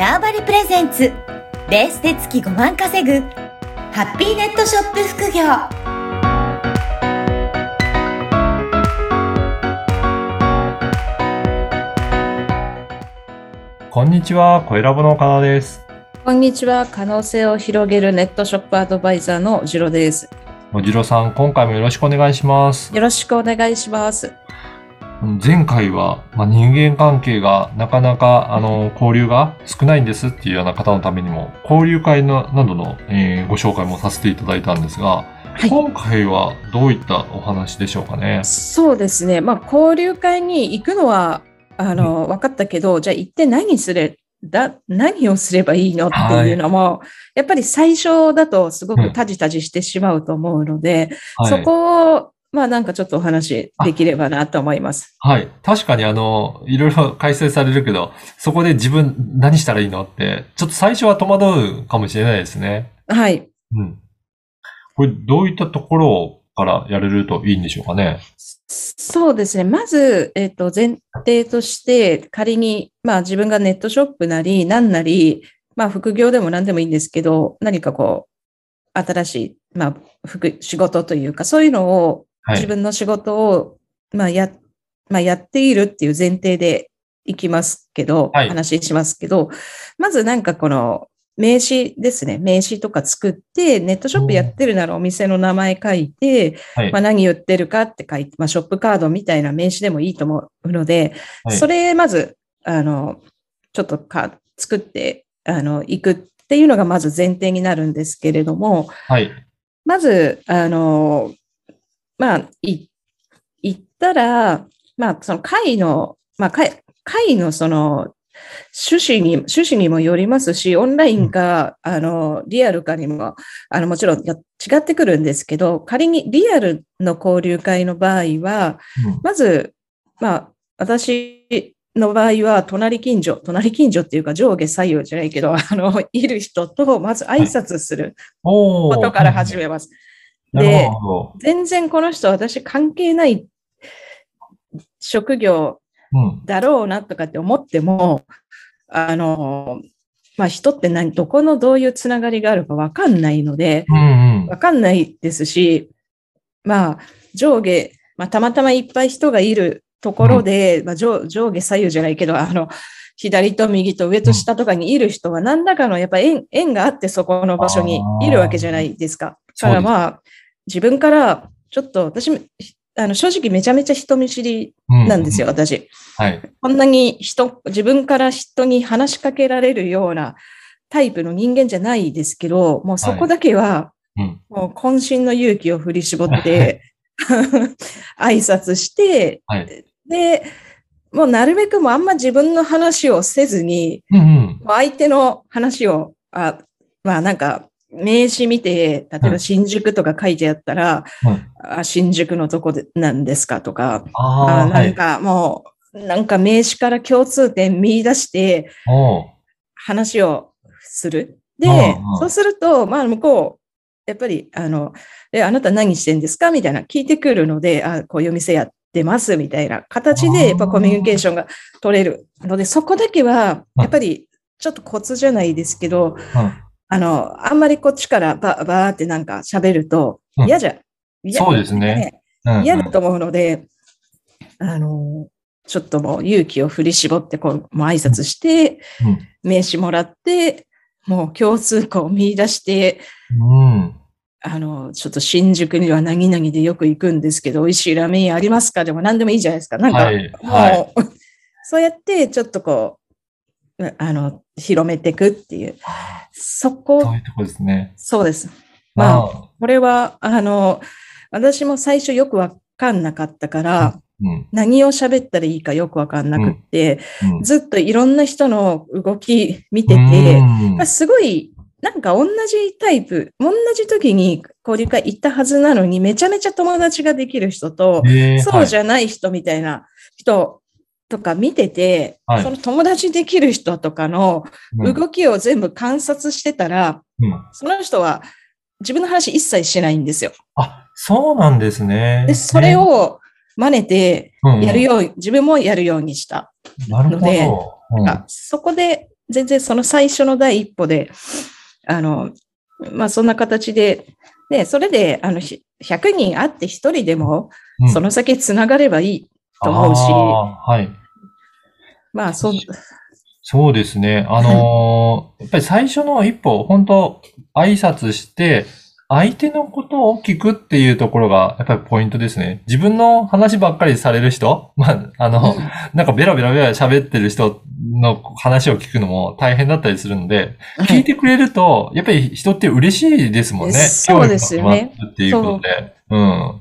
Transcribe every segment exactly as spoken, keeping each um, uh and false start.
ターバリプレゼンツレースで月ごまん稼ぐハッピーネットショップ副業。 こんにちは、小ラボの岡田です。 こんにちは、可能性を広げるネットショップアドバイザーのジロです。 ジロさん、今回もよろしくお願いします。 よろしくお願いします。 前回は、まあ、人間関係がなかなかあの交流が少ないんですっていうような方のためにも交流会のなどの、えー、ご紹介もさせていただいたんですが、はい、今回はどういったお話でしょうかね。 そうですね、まあ、交流会に行くのはあの、うん、分かったけど、じゃあ行って何すれだ何をすればいいのっていうのも、はい、やっぱり最初だとすごくタジタジしてしまうと思うので、うん、そこをまあなんかちょっとお話できればなと思います。 はい。確かにあの、いろいろ解説されるけど、そこで自分何したらいいのって、ちょっと最初は戸惑うかもしれないですね。 はい。 うん。これどういったところからやれるといいんでしょうかね。 そうですね。まず、えっと、前提として、仮に、まあ自分がネットショップなり、何なり、まあ副業でも何でもいいんですけど、何かこう、新しい、まあ、仕事というか、そういうのを、自分の仕事を、まあ、や、まあ、やっているっていう前提でいきますけど、はい、話しますけど、まずなんかこの名刺ですね。名刺とか作って、ネットショップやってるならお店の名前書いて、はい、まあ何売ってるかって書いて、まあショップカードみたいな名刺でもいいと思うので、はい、それまず、あの、ちょっとか作って、あの、行くっていうのがまず前提になるんですけれども、はい、まず、あの、まあ、い、行ったら、まあ、その会の、まあ、会、会のその、趣旨に、趣旨にもよりますし、オンラインか、あの、リアルかにも、あの、もちろん違ってくるんですけど、仮にリアルの交流会の場合は、うん、まず、まあ、私の場合は、隣近所、隣近所っていうか上下左右じゃないけど、あの、いる人と、まず挨拶することから始めます。はいで、全然この人私関係ない職業だろうなとかって思っても、うん、あの、まあ、人って何、どこのどういうつながりがあるかわかんないので、わ、うんうん、かんないですし、まあ、上下、まあ、たまたまいっぱい人がいるところで、うんまあ、上, 上下左右じゃないけど、あの、左と右と上と下とかにいる人は何らかのやっぱ縁、縁があってそこの場所にいるわけじゃないですか。だからまあ、自分からちょっと私、あの正直めちゃめちゃ人見知りなんですよ、うんうん、私。はい。こんなに人、自分から人に話しかけられるようなタイプの人間じゃないですけど、もうそこだけは、はいうん、もう渾身の勇気を振り絞って挨拶して、はい、で、もうなるべくもあんま自分の話をせずに、うんうん、相手の話を、あまあなんか、名刺見て、例えば新宿とか書いてあったら、うんあ、新宿のとこでなんですかとか、あなんかもう、はい、なんか名刺から共通点見出して、話をする。で、そうすると、まあ向こう、やっぱり、あの、え、あなた何してんですかみたいな聞いてくるので、あ、こういう店やってますみたいな形で、やっぱコミュニケーションが取れるので、そこだけは、やっぱりちょっとコツじゃないですけど、うんあの、あんまりこっちからば、ばーってなんか喋ると嫌じゃ、 うん、そうですね。 嫌だと思うので、あの、ちょっともう勇気を振り絞って、こう、もう挨拶して、うん、名刺もらって、もう共通項を見出して、うん、あの、ちょっと新宿には何々でよく行くんですけど、美味しいラーメン屋ありますかでも何でもいいじゃないですか。なんか、はい、もう、はい、そうやってちょっとこう、あの、広めていくっていう。そこ。 そういうとこですね。 そうです。まあ、これは、あの、私も最初よくわかんなかったから、うん、何を喋ったらいいかよくわかんなくって、うんうん、ずっといろんな人の動き見てて、うん、すごい、なんか同じタイプ、同じ時に交流会行ったはずなのに、めちゃめちゃ友達ができる人と、そうじゃない人みたいな人、とか見てて、はい、その友達できる人とかの動きを全部観察してたら、うん、その人は自分の話一切しないんですよ。 あ、そうなんですね。 で、それを真似てやるよう、うんうん、自分もやるようにしたので、なるほど、うん、そこで全然その最初の第一歩で、あの、まあそんな形で、ね、それで、あの、ひゃくにん会ってひとりでも、その先つながればいいと思うし、 うん、はい。 まあそう、 そうですね。あのーやっぱり最初の一歩、本当挨拶して、相手のことを聞くっていうところが、やっぱりポイントですね。自分の話ばっかりされる人、まあ、あの、なんかベラベラベラ喋ってる人の話を聞くのも大変だったりするので、聞いてくれると、やっぱり人って嬉しいですもんね。 そうですよね。 興味が湧くっていうことで。うん。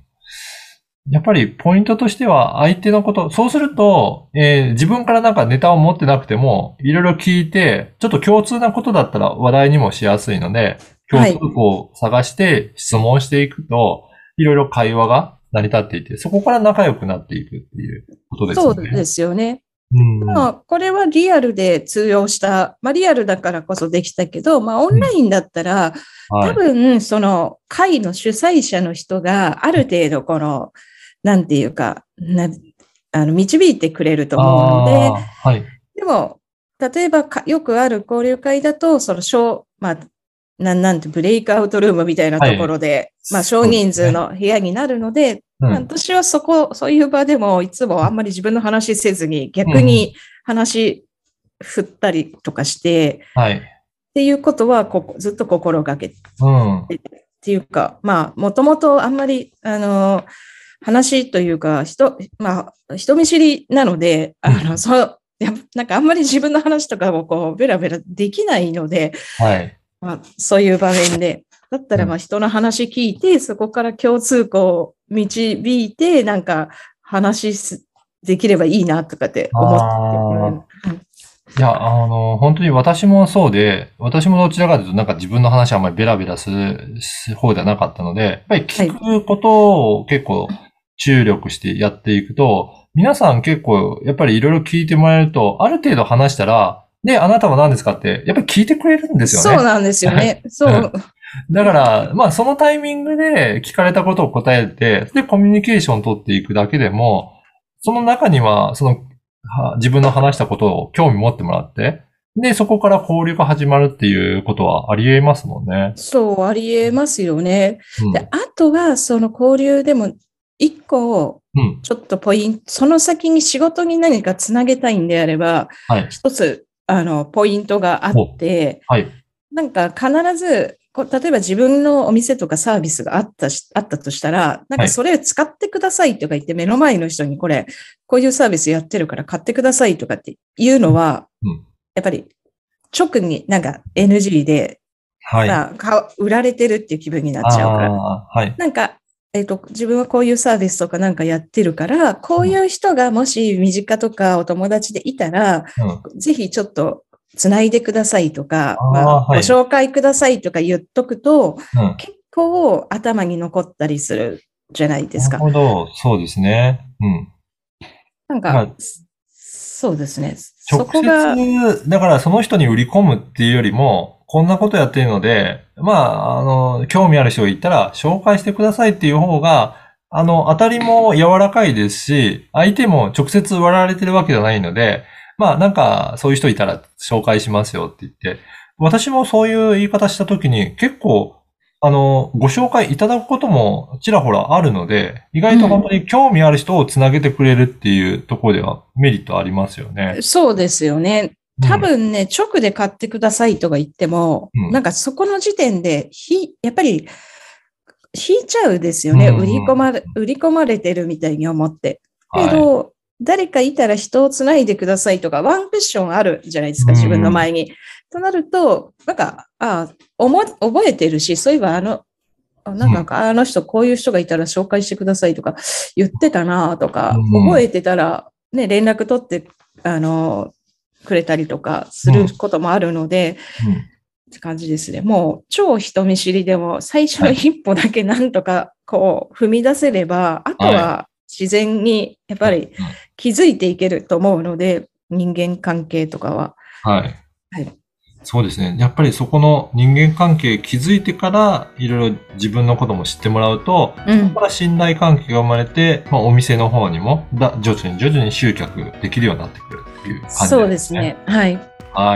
やっぱりポイントとしては相手のこと、そうすると、えー自分からなんかネタを持ってなくても、いろいろ聞いて、ちょっと共通なことだったら話題にもしやすいので、共通項を探して質問していくと、いろいろ会話が成り立っていて、そこから仲良くなっていくっていうことですね。 そうですよね。 うん。 まあ、これはリアルで通用した、まあリアルだからこそできたけど、まあオンラインだったら、 はい。 多分その会の主催者の人がある程度この、なんていうか、なあの導いてくれると思うので、 あーはい。 でも、例えばかよくある交流会だと、その小、まあ、なんなんてブレイクアウトルームみたいなところで、まあ少人数の部屋になるので、 うん。 私はそこ、そういう場でもいつもあんまり自分の話せずに逆に話振ったりとかして、 はい。 っていうことはここずっと心がけてうん。 っていうか、まあ、もともとあんまり、あの、話というか、人、まあ、人見知りなので、あの、そう、やなんかあんまり自分の話とかをこう、ベラベラできないので、 はい。 まあ、そういう場面で、だったらまあ人の話聞いて、そこから共通項を導いて、なんか話すできればいいなとかって思ってて。 いや、あの、本当に私もそうで、私もどちらかというとなんか自分の話はあんまりベラベラする方ではなかったので、やっぱり聞くことを結構注力してやっていくと、皆さん結構やっぱりいろいろ聞いてもらえると、ある程度話したら、で、あなたは何ですかって、やっぱり聞いてくれるんですよね。 そうなんですよね。そう。 だから、まあそのタイミングで聞かれたことを答えて、で、コミュニケーションを取っていくだけでも、その中には、その、自分の話したことを興味持ってもらって、で、そこから交流が始まるっていうことはあり得ますもんね。 そう、あり得ますよね。 うん、 で、あとは、その交流でも、一個、ちょっとポイント、うん、その先に仕事に何かつなげたいんであれば、 はい、 一つ、あの、ポイントがあって、 はい、 なんか必ず、こ例えば自分のお店とかサービスがあったし、あったとしたら、なんかそれを使ってくださいとか言って目の前の人にこれ、こういうサービスやってるから買ってくださいとかっていうのは、うん、やっぱり直になんか エヌジー で、はい、まあ、売られてるっていう気分になっちゃうから、はい、なんか、えっと、自分はこういうサービスとかなんかやってるから、こういう人がもし身近とかお友達でいたら、うん、ぜひちょっとつないでくださいとか、あまあ、はい、ご紹介くださいとか言っとくと、うん、結構頭に残ったりするじゃないですか。 なるほど、そうですね。うん。 なんか、まあ、そうですね。 直接、だからその人に売り込むっていうよりも、こんなことやってるので、まあ、あの、興味ある人がいたら紹介してくださいっていう方が、あの、当たりも柔らかいですし、相手も直接割られてるわけじゃないので、まあなんかそういう人いたら紹介しますよって言って、私もそういう言い方したときに結構、あの、ご紹介いただくこともちらほらあるので、意外と本当に興味ある人をつなげてくれるっていうところではメリットありますよね。 うん、そうですよね。多分ね、直で買ってくださいとか言っても、うん、なんかそこの時点で、ひ、やっぱり引いちゃうですよね。うん、売り込まれ、売り込まれてるみたいに思って。けど、はい、誰かいたら人をつないでくださいとか、ワンクッションあるじゃないですか、自分の前に。うん、となると、なんか、ああ、思、覚えてるし、そういえばあの、なんか、あの人、こういう人がいたら紹介してくださいとか言ってたなとか、うん、覚えてたら、ね、連絡取って、あの、くれたりとかすることもあるので、うんうん、って感じですね。もう超人見知りでも最初の一歩だけなんとかこう踏み出せれば、はい、あとは自然にやっぱり気づいていけると思うので、人間関係とかは。 はい。はい。そうですね。やっぱりそこの人間関係気づいてからいろいろ自分のことも知ってもらうと、うん、そこから信頼関係が生まれて、まあ、お店の方にもだ徐々に徐々に集客できるようになってくるっていう感じですね。 そうですね。はい。 はい。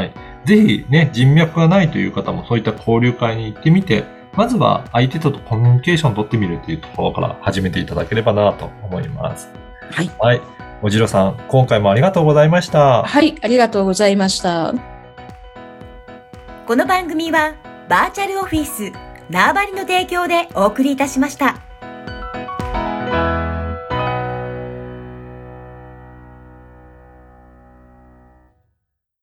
ぜひね、人脈がないという方もそういった交流会に行ってみて、まずは相手とコミュニケーションを取ってみるというところから始めていただければなと思います。 はい。 はい。おじろさん、今回もありがとうございました。 はい、ありがとうございました。 この番組はバーチャルオフィス縄張りの提供でお送りいたしました。